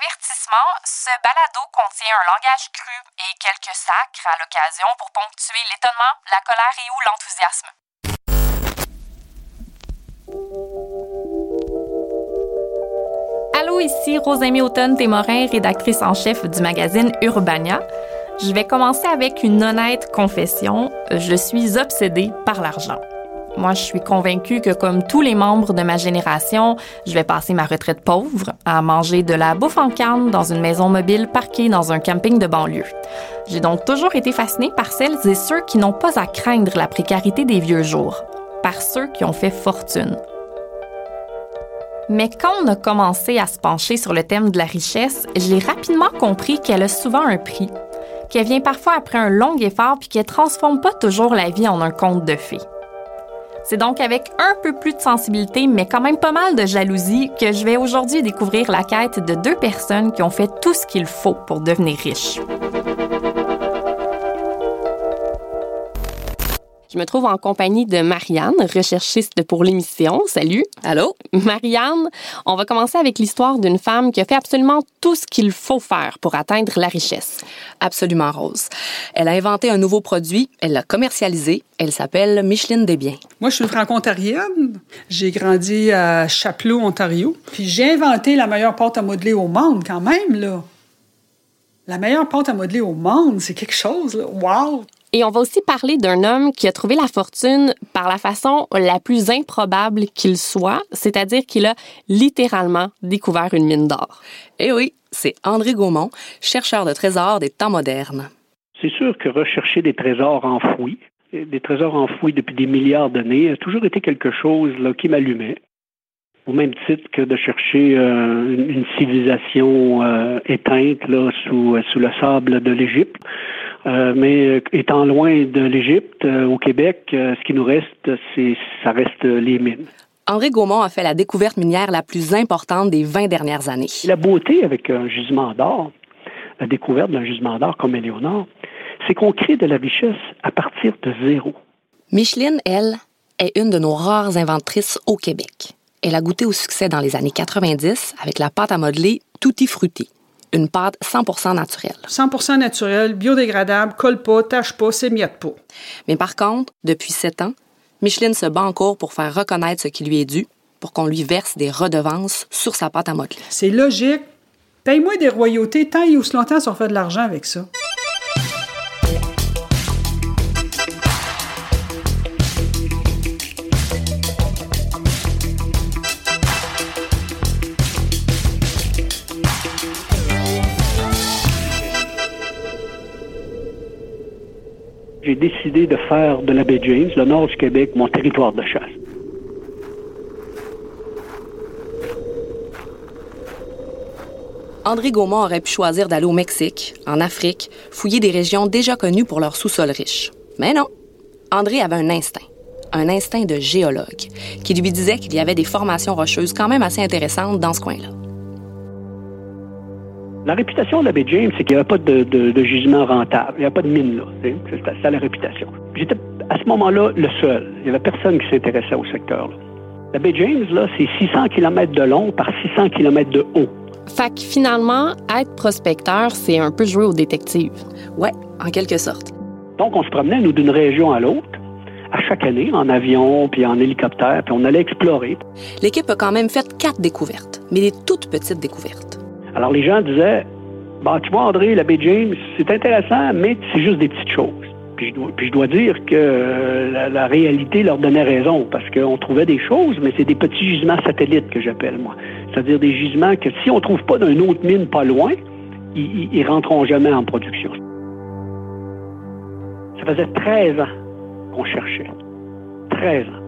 Avertissement, ce balado contient un langage cru et quelques sacres à l'occasion pour ponctuer l'étonnement, la colère et ou l'enthousiasme. Allô, ici Rosaimie Automne-Témorin, rédactrice en chef du magazine Urbania. Je vais commencer avec une honnête confession. Je suis obsédée par l'argent. Moi, je suis convaincue que comme tous les membres de ma génération, je vais passer ma retraite pauvre à manger de la bouffe en canne dans une maison mobile parquée dans un camping de banlieue. J'ai donc toujours été fascinée par celles et ceux qui n'ont pas à craindre la précarité des vieux jours, par ceux qui ont fait fortune. Mais quand on a commencé à se pencher sur le thème de la richesse, j'ai rapidement compris qu'elle a souvent un prix, qu'elle vient parfois après un long effort puis qu'elle transforme pas toujours la vie en un conte de fées. C'est donc avec un peu plus de sensibilité, mais quand même pas mal de jalousie, que je vais aujourd'hui découvrir la quête de deux personnes qui ont fait tout ce qu'il faut pour devenir riches. Je me trouve en compagnie de Marianne, recherchiste pour l'émission. Salut! Allô? Marianne, on va commencer avec l'histoire d'une femme qui a fait absolument tout ce qu'il faut faire pour atteindre la richesse. Absolument, Rose. Elle a inventé un nouveau produit, elle l'a commercialisé, elle s'appelle Micheline Desbiens. Moi, je suis une franco-ontarienne. J'ai grandi à Chapelot, Ontario. Puis j'ai inventé la meilleure pâte à modeler au monde, quand même, là. La meilleure pâte à modeler au monde, c'est quelque chose, là. Wow! Et on va aussi parler d'un homme qui a trouvé la fortune par la façon la plus improbable qu'il soit, c'est-à-dire qu'il a littéralement découvert une mine d'or. Eh oui, c'est André Gaumont, chercheur de trésors des temps modernes. C'est sûr que rechercher des trésors enfouis depuis des milliards d'années, a toujours été quelque chose là, qui m'allumait. Au même titre que de chercher une civilisation éteinte là, sous le sable de l'Égypte. Mais étant loin de l'Égypte, au Québec, ce qui nous reste, ça reste les mines. André Gaumont a fait la découverte minière la plus importante des 20 dernières années. La beauté avec un gisement d'or, la découverte d'un gisement d'or comme Éléonore, c'est qu'on crée de la richesse à partir de zéro. Micheline, elle, est une de nos rares inventrices au Québec. Elle a goûté au succès dans les années 90 avec la pâte à modeler Tutti Frutti. Une pâte 100% naturelle. 100% naturelle, biodégradable, colle pas, tâche pas, s'émiotte pas. Mais par contre, depuis 7 ans, Micheline se bat en cours pour faire reconnaître ce qui lui est dû, pour qu'on lui verse des redevances sur sa pâte à modeler. C'est logique. Paye-moi des royautés tant et aussi longtemps ça fait de l'argent avec ça. J'ai décidé de faire de la baie James, le nord du Québec, mon territoire de chasse. André Gaumont aurait pu choisir d'aller au Mexique, en Afrique, fouiller des régions déjà connues pour leur sous-sol riche. Mais non, André avait un instinct de géologue, qui lui disait qu'il y avait des formations rocheuses quand même assez intéressantes dans ce coin-là. La réputation de la baie James, c'est qu'il n'y avait pas de gisement rentable. Il n'y avait pas de mine, là. C'est ça la réputation. J'étais, à ce moment-là, le seul. Il n'y avait personne qui s'intéressait au secteur-là. La baie James, là, c'est 600 km de long par 600 km de haut. Fait que finalement, être prospecteur, c'est un peu jouer au détective. Ouais, en quelque sorte. Donc, on se promenait, nous, d'une région à l'autre, à chaque année, en avion, puis en hélicoptère, puis on allait explorer. L'équipe a quand même fait 4 découvertes, mais des toutes petites découvertes. Alors, les gens disaient, « Tu vois, André, la baie James, c'est intéressant, mais c'est juste des petites choses. » Puis je dois dire que la réalité leur donnait raison, parce qu'on trouvait des choses, mais c'est des petits gisements satellites que j'appelle, moi. C'est-à-dire des gisements que si on ne trouve pas d'une autre mine pas loin, ils ne rentreront jamais en production. Ça faisait 13 ans qu'on cherchait. 13 ans.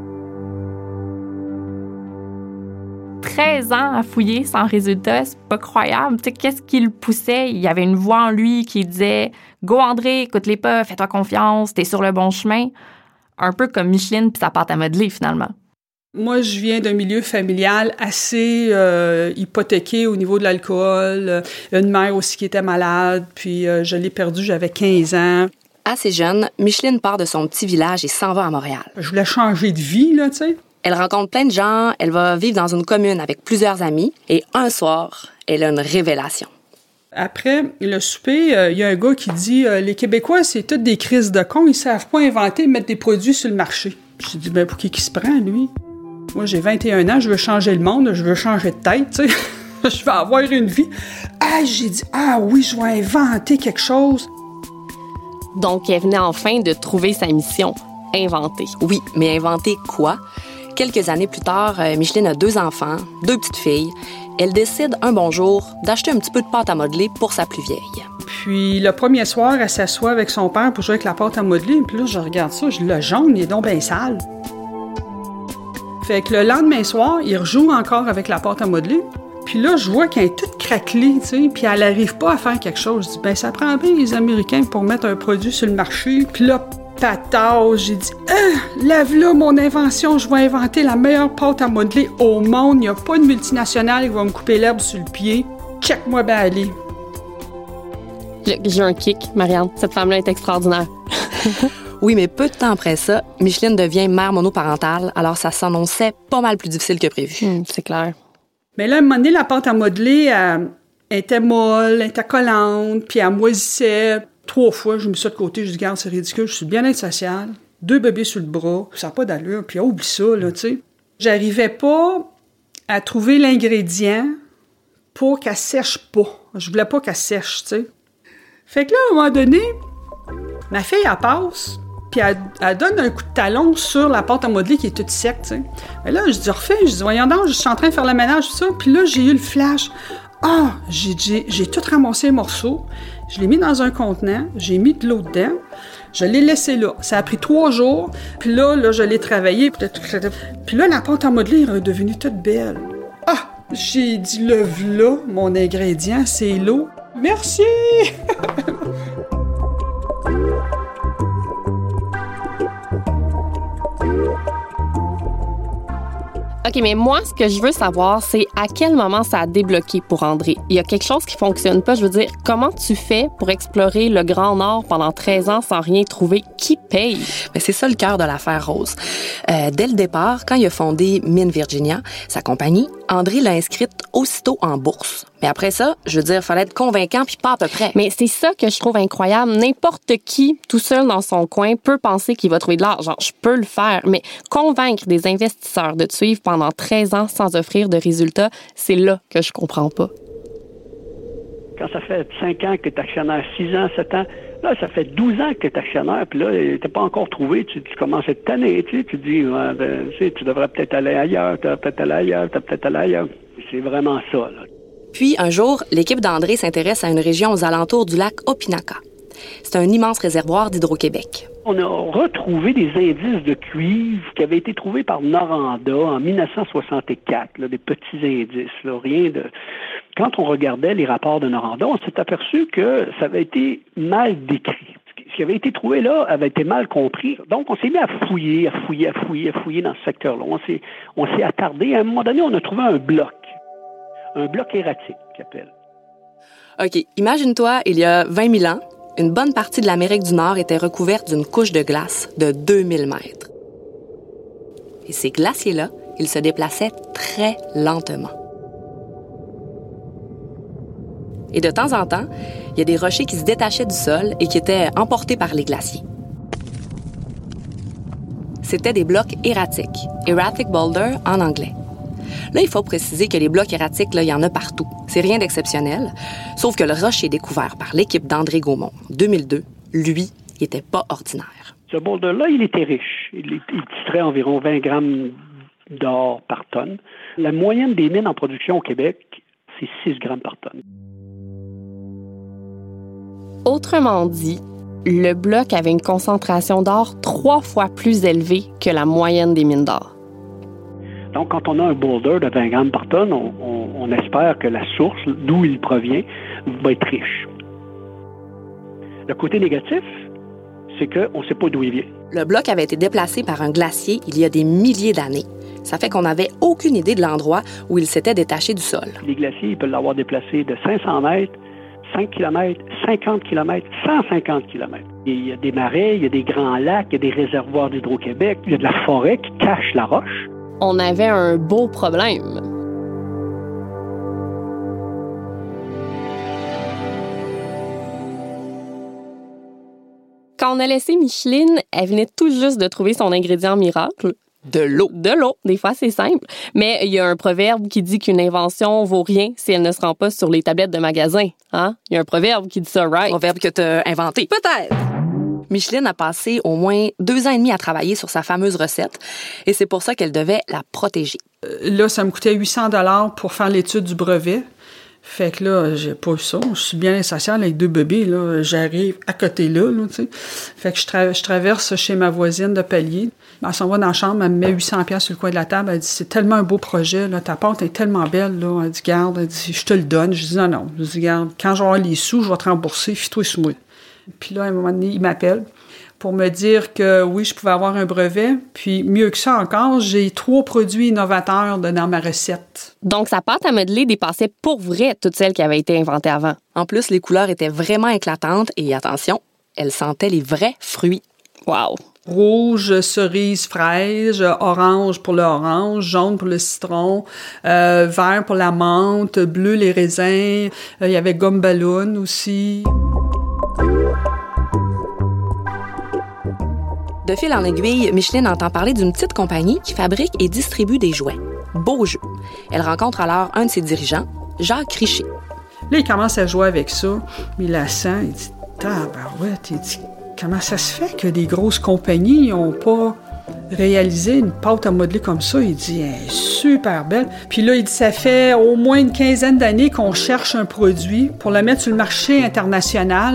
13 ans à fouiller sans résultat, c'est pas croyable. Tu sais, qu'est-ce qui le poussait? Il y avait une voix en lui qui disait « Go André, écoute-les pas, fais-toi confiance, t'es sur le bon chemin. » Un peu comme Micheline puis sa pâte à modeler, finalement. Moi, je viens d'un milieu familial assez hypothéqué au niveau de l'alcool. Une mère aussi qui était malade, puis je l'ai perdue, j'avais 15 ans. Assez jeune, Micheline part de son petit village et s'en va à Montréal. Je voulais changer de vie, là, tu sais. Elle rencontre plein de gens, elle va vivre dans une commune avec plusieurs amis et un soir, elle a une révélation. Après le souper, il y a un gars qui dit « Les Québécois, c'est toutes des crises de cons, ils savent pas inventer et mettre des produits sur le marché. » J'ai dit « Ben, pour qui se prend, lui? Moi, j'ai 21 ans, je veux changer le monde, je veux changer de tête, tu sais. Je veux avoir une vie. » Ah, j'ai dit « Ah oui, je vais inventer quelque chose. » Donc, elle venait enfin de trouver sa mission, inventer. Oui, mais inventer quoi? Quelques années plus tard, Micheline a 2 enfants, 2 petites filles. Elle décide un bon jour d'acheter un petit peu de pâte à modeler pour sa plus vieille. Puis le premier soir, elle s'assoit avec son père pour jouer avec la pâte à modeler. Puis là, je regarde ça, le jaune, il est donc bien sale. Fait que le lendemain soir, il rejoue encore avec la pâte à modeler. Puis là, je vois qu'elle est toute craquelée, tu sais, puis elle n'arrive pas à faire quelque chose. Je dis, ben ça prend bien les Américains pour mettre un produit sur le marché. Puis là, patate, j'ai dit, lève-là mon invention, je vais inventer la meilleure pâte à modeler au monde. Il n'y a pas de multinationale qui va me couper l'herbe sur le pied. Check-moi bien aller. J'ai un kick, Marianne. Cette femme-là est extraordinaire. Oui, mais peu de temps après ça, Micheline devient mère monoparentale, alors ça s'annonçait pas mal plus difficile que prévu. C'est clair. Mais là, à un moment donné, la pâte à modeler, elle était molle, elle était collante, puis elle moisissait. 3 fois, je me suis mis ça de côté, je dis, regarde, c'est ridicule, je suis le bien-être social, 2 bébés sur le bras, ça n'a pas d'allure, puis oublie ça, là, tu sais. J'arrivais pas à trouver l'ingrédient pour qu'elle sèche pas. Je voulais pas qu'elle sèche, tu sais. Fait que là, à un moment donné, ma fille, elle passe, puis elle donne un coup de talon sur la pâte à modeler qui est toute sec, tu sais. Mais là, je dis, refais, je dis, voyons donc, je suis en train de faire le ménage, tout ça, puis là, j'ai eu le flash. Ah, j'ai tout ramassé les morceaux, je l'ai mis dans un contenant, j'ai mis de l'eau dedans, je l'ai laissé là. Ça a pris 3 jours, puis là, je l'ai travaillé, puis là, la pâte à modeler est devenue toute belle. Ah, j'ai dit, le v'là, mon ingrédient, c'est l'eau. Merci! OK, mais moi, ce que je veux savoir, c'est à quel moment ça a débloqué pour André. Il y a quelque chose qui fonctionne pas. Je veux dire, comment tu fais pour explorer le Grand Nord pendant 13 ans sans rien trouver? Qui paye? Mais c'est ça le cœur de l'affaire Rose. Dès le départ, quand il a fondé Mine Virginia, sa compagnie, André l'a inscrite aussitôt en bourse. Mais après ça, je veux dire, il fallait être convaincant puis pas à peu près. Mais c'est ça que je trouve incroyable. N'importe qui, tout seul dans son coin, peut penser qu'il va trouver de l'argent. Je peux le faire, mais convaincre des investisseurs de te suivre pendant 13 ans sans offrir de résultats, c'est là que je comprends pas. Quand ça fait 5 ans que tu es actionnaire, 6 ans, 7 ans, là, ça fait 12 ans que tu es actionnaire, puis là, tu n'as pas encore trouvé, tu commences à t'anner, tu dis, ouais, tu devrais peut-être aller ailleurs, tu devrais peut-être aller ailleurs. C'est vraiment ça, là. Puis, un jour, l'équipe d'André s'intéresse à une région aux alentours du lac Opinaka. C'est un immense réservoir d'Hydro-Québec. On a retrouvé des indices de cuivre qui avaient été trouvés par Noranda en 1964, là, des petits indices, là, rien de... Quand on regardait les rapports de Noranda, on s'est aperçu que ça avait été mal décrit. Ce qui avait été trouvé là avait été mal compris. Donc, on s'est mis à fouiller dans ce secteur-là. On s'est attardé. À un moment donné, on a trouvé un bloc erratique, qu'il appelle. OK, imagine-toi, il y a 20 000 ans, une bonne partie de l'Amérique du Nord était recouverte d'une couche de glace de 2000 mètres. Et ces glaciers-là, ils se déplaçaient très lentement. Et de temps en temps, il y a des rochers qui se détachaient du sol et qui étaient emportés par les glaciers. C'était des blocs erratiques, erratic boulder en anglais. Là, il faut préciser que les blocs erratiques, là, il y en a partout. C'est rien d'exceptionnel, sauf que le rocher découvert par l'équipe d'André Gaumont en 2002, lui, il n'était pas ordinaire. Ce boulder-là, il était riche. Il titrait environ 20 grammes d'or par tonne. La moyenne des mines en production au Québec, c'est 6 grammes par tonne. Autrement dit, le bloc avait une concentration d'or 3 fois plus élevée que la moyenne des mines d'or. Donc, quand on a un boulder de 20 grammes par tonne, on espère que la source, d'où il provient, va être riche. Le côté négatif, c'est qu'on ne sait pas d'où il vient. Le bloc avait été déplacé par un glacier il y a des milliers d'années. Ça fait qu'on n'avait aucune idée de l'endroit où il s'était détaché du sol. Les glaciers, ils peuvent l'avoir déplacé de 500 mètres, 5 km, 50 km, 150 km. Il y a des marais, il y a des grands lacs, il y a des réservoirs d'Hydro-Québec, il y a de la forêt qui cache la roche. On avait un beau problème. Quand on a laissé Micheline, elle venait tout juste de trouver son ingrédient miracle. De l'eau. De l'eau. Des fois, c'est simple. Mais il y a un proverbe qui dit qu'une invention vaut rien si elle ne se rend pas sur les tablettes de magasin. Hein? Il y a un proverbe qui dit ça, right? Proverbe que t'as inventé. Peut-être. Micheline a passé au moins 2 ans et demi à travailler sur sa fameuse recette et c'est pour ça qu'elle devait la protéger. Là, ça me coûtait 800$ pour faire l'étude du brevet. Fait que là, j'ai pas eu ça. Je suis bien sociale avec 2 bébés, là. J'arrive à côté là, tu sais. Fait que je traverse chez ma voisine de palier. Elle s'en va dans la chambre, elle me met 800$ sur le coin de la table. Elle dit, c'est tellement un beau projet, là. Ta pâte est tellement belle, là. Elle dit, garde, elle dit, je te le donne. Je dis, non. Je dis, garde, quand j'aurai les sous, je vais te rembourser, fie-toi sur moi. Puis là, à un moment donné, il m'appelle pour me dire que oui, je pouvais avoir un brevet. Puis mieux que ça encore, j'ai 3 produits innovateurs dans ma recette. Donc, sa pâte à modeler dépassait pour vrai toutes celles qui avaient été inventées avant. En plus, les couleurs étaient vraiment éclatantes et attention, elle sentait les vrais fruits. Wow! Rouge, cerise, fraise, orange pour l'orange, jaune pour le citron, vert pour la menthe, bleu les raisins. Il y avait gomme ballon aussi. De fil en aiguille, Micheline entend parler d'une petite compagnie qui fabrique et distribue des jouets. Beaujeu. Elle rencontre alors un de ses dirigeants, Jacques Richer. Là, il commence à jouer avec ça. Il la sent, il dit « Tabarouette, il dit, comment ça se fait que des grosses compagnies n'ont pas réalisé une pâte à modeler comme ça? » Il dit « Elle est super belle. » Puis là, il dit « Ça fait au moins une 15aine d'années qu'on cherche un produit pour le mettre sur le marché international. »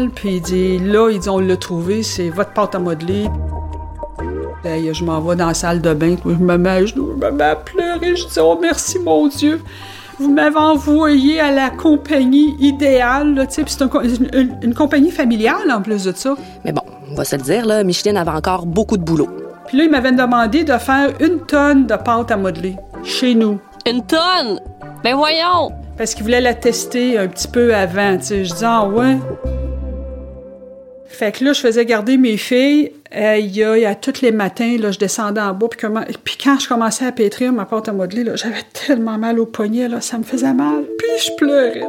Puis il dit « Là, il dit, on l'a trouvé, c'est votre pâte à modeler. » Je m'en vais dans la salle de bain, je me mets à genoux, je me mets à pleurer, je dis « Oh, merci, mon Dieu! Vous m'avez envoyé à la compagnie idéale. » Là, puis c'est une compagnie familiale, en plus de ça. Mais bon, on va se le dire, là, Micheline avait encore beaucoup de boulot. Puis là, il m'avait demandé de faire 1 tonne de pâte à modeler, chez nous. 1 tonne? Ben voyons! Parce qu'il voulait la tester un petit peu avant, tu sais. Je dis « Ah ouais? » Fait que là, je faisais garder mes filles. Il y a tous les matins, là, je descendais en bas. Puis quand je commençais à pétrir ma pâte à modeler, là, j'avais tellement mal au poignet, là, ça me faisait mal. Puis je pleurais.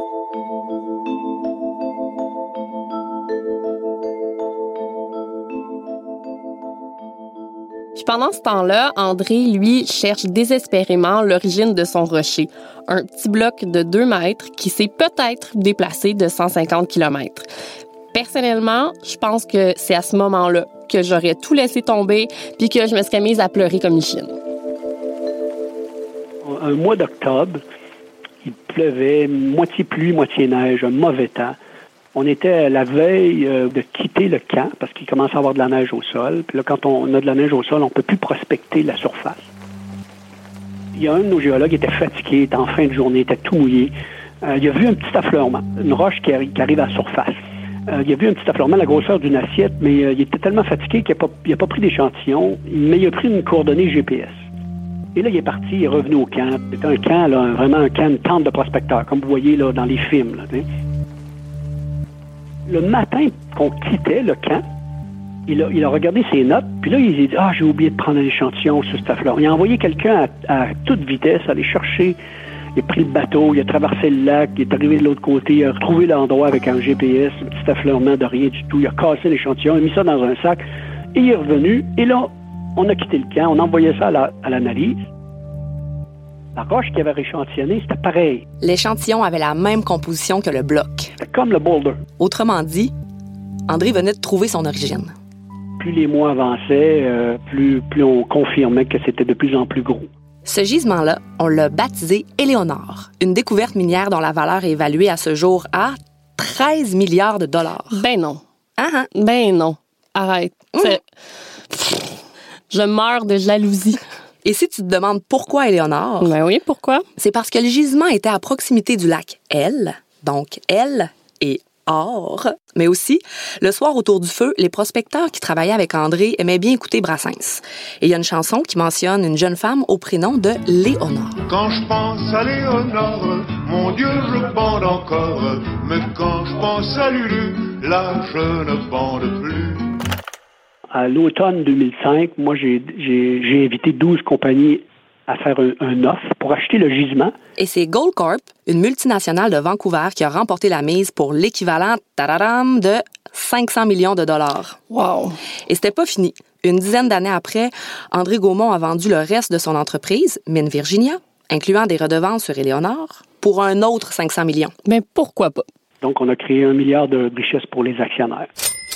Puis pendant ce temps-là, André, lui, cherche désespérément l'origine de son rocher. Un petit bloc de 2 mètres qui s'est peut-être déplacé de 150 km. Personnellement, je pense que c'est à ce moment-là que j'aurais tout laissé tomber puis que je me serais mise à pleurer comme Micheline. Un mois d'octobre, il pleuvait, moitié pluie, moitié neige, un mauvais temps. On était à la veille de quitter le camp parce qu'il commence à avoir de la neige au sol. Puis là, quand on a de la neige au sol, on ne peut plus prospecter la surface. Il y a un de nos géologues qui était fatigué, il était en fin de journée, il était tout mouillé. Il a vu un petit affleurement, une roche qui arrive à la surface. Il a vu un petit affleurement de la grosseur d'une assiette, mais il était tellement fatigué qu'il n'a pas pris d'échantillon, mais il a pris une coordonnée GPS. Et là, il est parti, il est revenu au camp. C'était un camp, là, vraiment un camp, une tente de prospecteurs, comme vous voyez là, dans les films. Là, le matin qu'on quittait le camp, il a regardé ses notes, puis là, il s'est dit « Ah, j'ai oublié de prendre un échantillon sur cet affleurement. » Il a envoyé quelqu'un à toute vitesse aller chercher. Il a pris le bateau, il a traversé le lac, il est arrivé de l'autre côté, il a retrouvé l'endroit avec un GPS, un petit affleurement de rien du tout. Il a cassé l'échantillon, il a mis ça dans un sac, et il est revenu. Et là, on a quitté le camp, on a envoyé ça à l'analyse. La roche qu'il avait rééchantillonnée, c'était pareil. L'échantillon avait la même composition que le bloc. C'était comme le boulder. Autrement dit, André venait de trouver son origine. Plus les mois avançaient, plus on confirmait que c'était de plus en plus gros. Ce gisement-là, on l'a baptisé Éléonore, une découverte minière dont la valeur est évaluée à ce jour à 13 milliards de dollars. Ben non. Uh-huh. Ben non. Arrête. Je meurs de jalousie. Et si tu te demandes pourquoi Éléonore? Ben oui, pourquoi? C'est parce que le gisement était à proximité du lac Elle, donc Elle et Or. Mais aussi, le soir autour du feu, les prospecteurs qui travaillaient avec André aimaient bien écouter Brassens. Et il y a une chanson qui mentionne une jeune femme au prénom de Léonore. Quand je pense à Léonore, mon Dieu, je bande encore. Mais quand je pense à Lulu, là, je ne bande plus. À l'automne 2005, moi, j'ai invité 12 compagnies à faire un offre pour acheter le gisement. Et c'est Goldcorp, une multinationale de Vancouver, qui a remporté la mise pour l'équivalent, tadadam, de 500 millions de dollars. Wow! Et c'était pas fini. Une dizaine d'années après, André Gaumont a vendu le reste de son entreprise, Mines Virginia, incluant des redevances sur Éléonore, pour un autre 500 millions. Mais pourquoi pas? Donc, on a créé 1 milliard de richesses pour les actionnaires.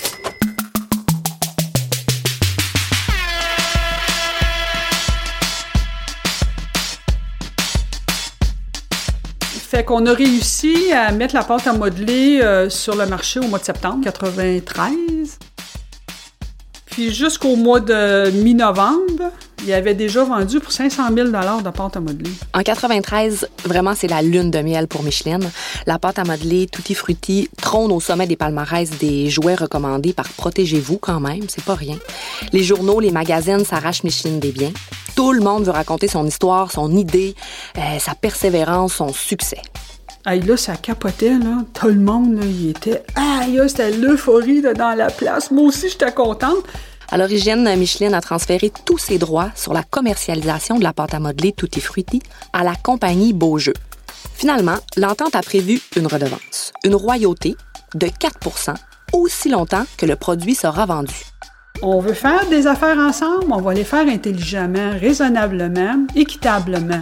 Fait qu'on a réussi à mettre la pâte à modeler sur le marché au mois de septembre 1993. Puis jusqu'au mois de mi-novembre, il avait déjà vendu pour 500 000 $ de pâte à modeler. En 93, vraiment, c'est la lune de miel pour Micheline. La pâte à modeler Tutti Frutti trône au sommet des palmarès des jouets recommandés par Protégez-vous quand même, c'est pas rien. Les journaux, les magazines s'arrachent Micheline Desbiens. Tout le monde veut raconter son histoire, son idée, sa persévérance, son succès. Hey, là, ça capotait, là. Tout le monde, là, il était... Aïe, c'était l'euphorie là, dans la place. Moi aussi, j'étais contente. À l'origine, Micheline a transféré tous ses droits sur la commercialisation de la pâte à modeler Tutti Frutti à la compagnie Beaujeu. Finalement, l'entente a prévu une redevance, une royauté de 4 % aussi longtemps que le produit sera vendu. On veut faire des affaires ensemble, on va les faire intelligemment, raisonnablement, équitablement.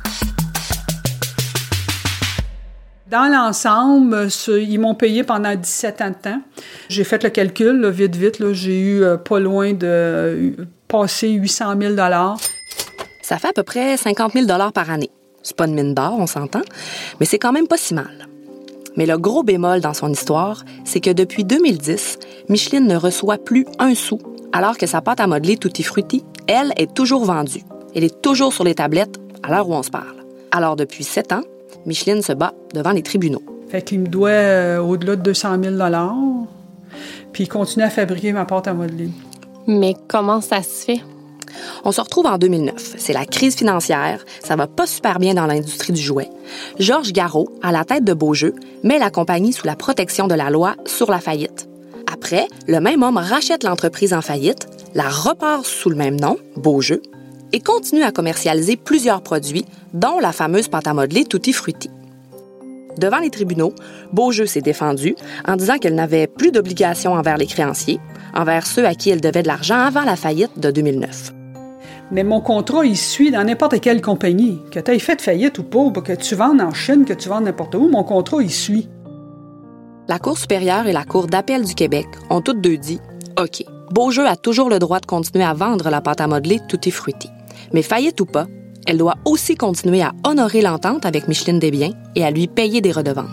Dans l'ensemble, ils m'ont payé pendant 17 ans de temps. J'ai fait le calcul, là, vite, là, j'ai eu pas loin de passer 800 000 $. Ça fait à peu près 50 000 $ par année. C'est pas une mine d'or, on s'entend, mais c'est quand même pas si mal. Mais le gros bémol dans son histoire, c'est que depuis 2010, Micheline ne reçoit plus un sou, alors que sa pâte à modeler Tutti Frutti, elle, est toujours vendue. Elle est toujours sur les tablettes à l'heure où on se parle. Alors depuis 7 ans, Micheline se bat devant les tribunaux. Fait qu'il me doit au-delà de 200 000 $, puis il continue à fabriquer ma pâte à modeler. Mais comment ça se fait? On se retrouve en 2009. C'est la crise financière. Ça va pas super bien dans l'industrie du jouet. Georges Garot, à la tête de Beaujeu, met la compagnie sous la protection de la loi sur la faillite. Après, le même homme rachète l'entreprise en faillite, la repart sous le même nom, Beaujeu, et continue à commercialiser plusieurs produits, dont la fameuse pâte à modeler Tutti Frutti. Devant les tribunaux, Beaujeu s'est défendue en disant qu'elle n'avait plus d'obligations envers les créanciers, envers ceux à qui elle devait de l'argent avant la faillite de 2009. Mais mon contrat, il suit dans n'importe quelle compagnie. Que tu aies fait faillite ou pas, que tu vendes en Chine, que tu vendes n'importe où, mon contrat, il suit. La Cour supérieure et la Cour d'appel du Québec ont toutes deux dit « OK, Beaujeu a toujours le droit de continuer à vendre la pâte à modeler Tutti Frutti. Mais faillite ou pas, elle doit aussi continuer à honorer l'entente avec Micheline Desbiens et à lui payer des redevances. »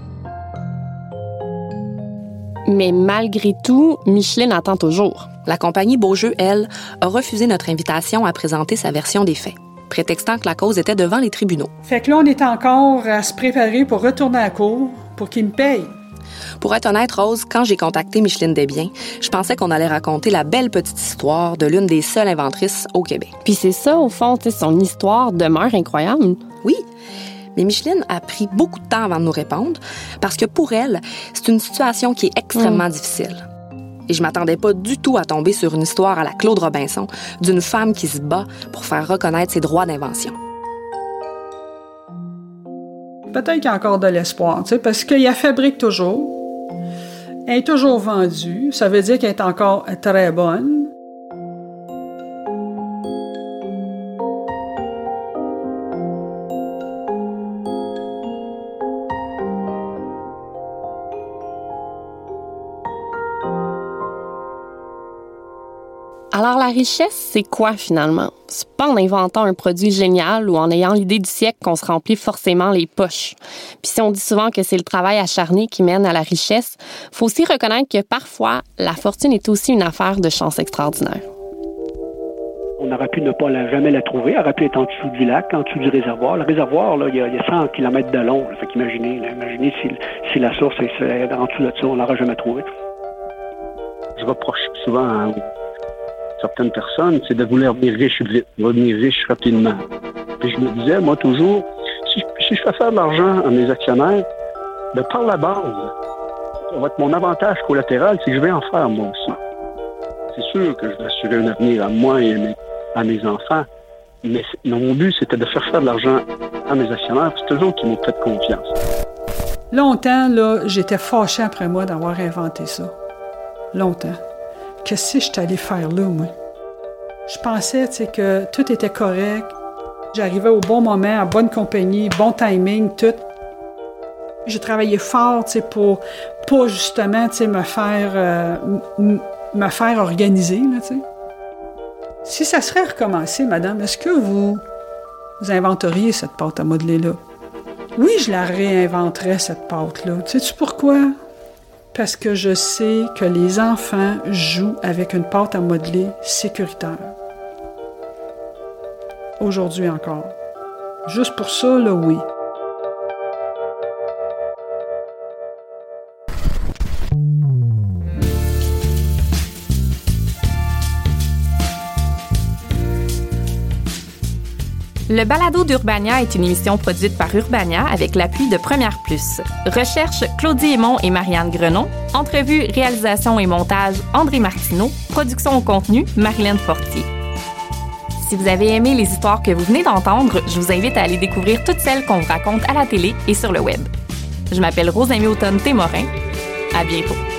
Mais malgré tout, Micheline attend toujours. La compagnie Beaujeu, elle, a refusé notre invitation à présenter sa version des faits, prétextant que la cause était devant les tribunaux. Fait que là, on est encore à se préparer pour retourner à la cour pour qu'il me paye. Pour être honnête, Rose, quand j'ai contacté Micheline Desbiens, je pensais qu'on allait raconter la belle petite histoire de l'une des seules inventrices au Québec. Puis c'est ça, au fond, son histoire demeure incroyable. Oui, mais Micheline a pris beaucoup de temps avant de nous répondre parce que pour elle, c'est une situation qui est extrêmement difficile. Et je m'attendais pas du tout à tomber sur une histoire à la Claude Robinson d'une femme qui se bat pour faire reconnaître ses droits d'invention. Peut-être qu'il y a encore de l'espoir, parce qu'elle la fabrique toujours. Elle est toujours vendue. Ça veut dire qu'elle est encore très bonne. Alors, la richesse, c'est quoi finalement? C'est pas en inventant un produit génial ou en ayant l'idée du siècle qu'on se remplit forcément les poches. Puis si on dit souvent que c'est le travail acharné qui mène à la richesse, faut aussi reconnaître que parfois, la fortune est aussi une affaire de chance extraordinaire. On aurait pu ne pas jamais la trouver. Elle aurait pu être en dessous du lac, en dessous du réservoir. Le réservoir, là, il y a 100 km de long. Fait qu'imaginez si la source est en dessous de ça, on ne l'aurait jamais trouvée. Je reproche souvent à certaines personnes, c'est de vouloir devenir riche vite, devenir riche rapidement. Puis je me disais, moi, toujours, si je fais faire de l'argent à mes actionnaires, par la base, ça va être mon avantage collatéral, c'est que je vais en faire moi aussi. C'est sûr que je vais assurer un avenir à moi et à mes enfants, mais mon but, c'était de faire de l'argent à mes actionnaires, c'est eux qui m'ont fait confiance. Longtemps, là, j'étais fâchée après moi d'avoir inventé ça. Longtemps. Qu'est-ce que je suis allée faire là, moi? Je pensais, tu sais, que tout était correct. J'arrivais au bon moment, à bonne compagnie, bon timing, tout. J'ai travaillé fort, tu sais, pour pas justement, tu sais, me faire organiser, là, tu sais. Si ça serait recommencé, madame, est-ce que vous inventeriez cette pâte à modeler-là? Oui, je la réinventerais, cette pâte-là. Sais-tu pourquoi? Parce que je sais que les enfants jouent avec une pâte à modeler sécuritaire. Aujourd'hui encore. Juste pour ça, là, oui. Le balado d'Urbania est une émission produite par Urbania avec l'appui de Première Plus. Recherche Claudie Aymon et Marianne Grenon. Entrevue, réalisation et montage André Martineau. Production au contenu Marilyn Fortier. Si vous avez aimé les histoires que vous venez d'entendre, je vous invite à aller découvrir toutes celles qu'on vous raconte à la télé et sur le web. Je m'appelle Rosamie Automne-Témorin. À bientôt.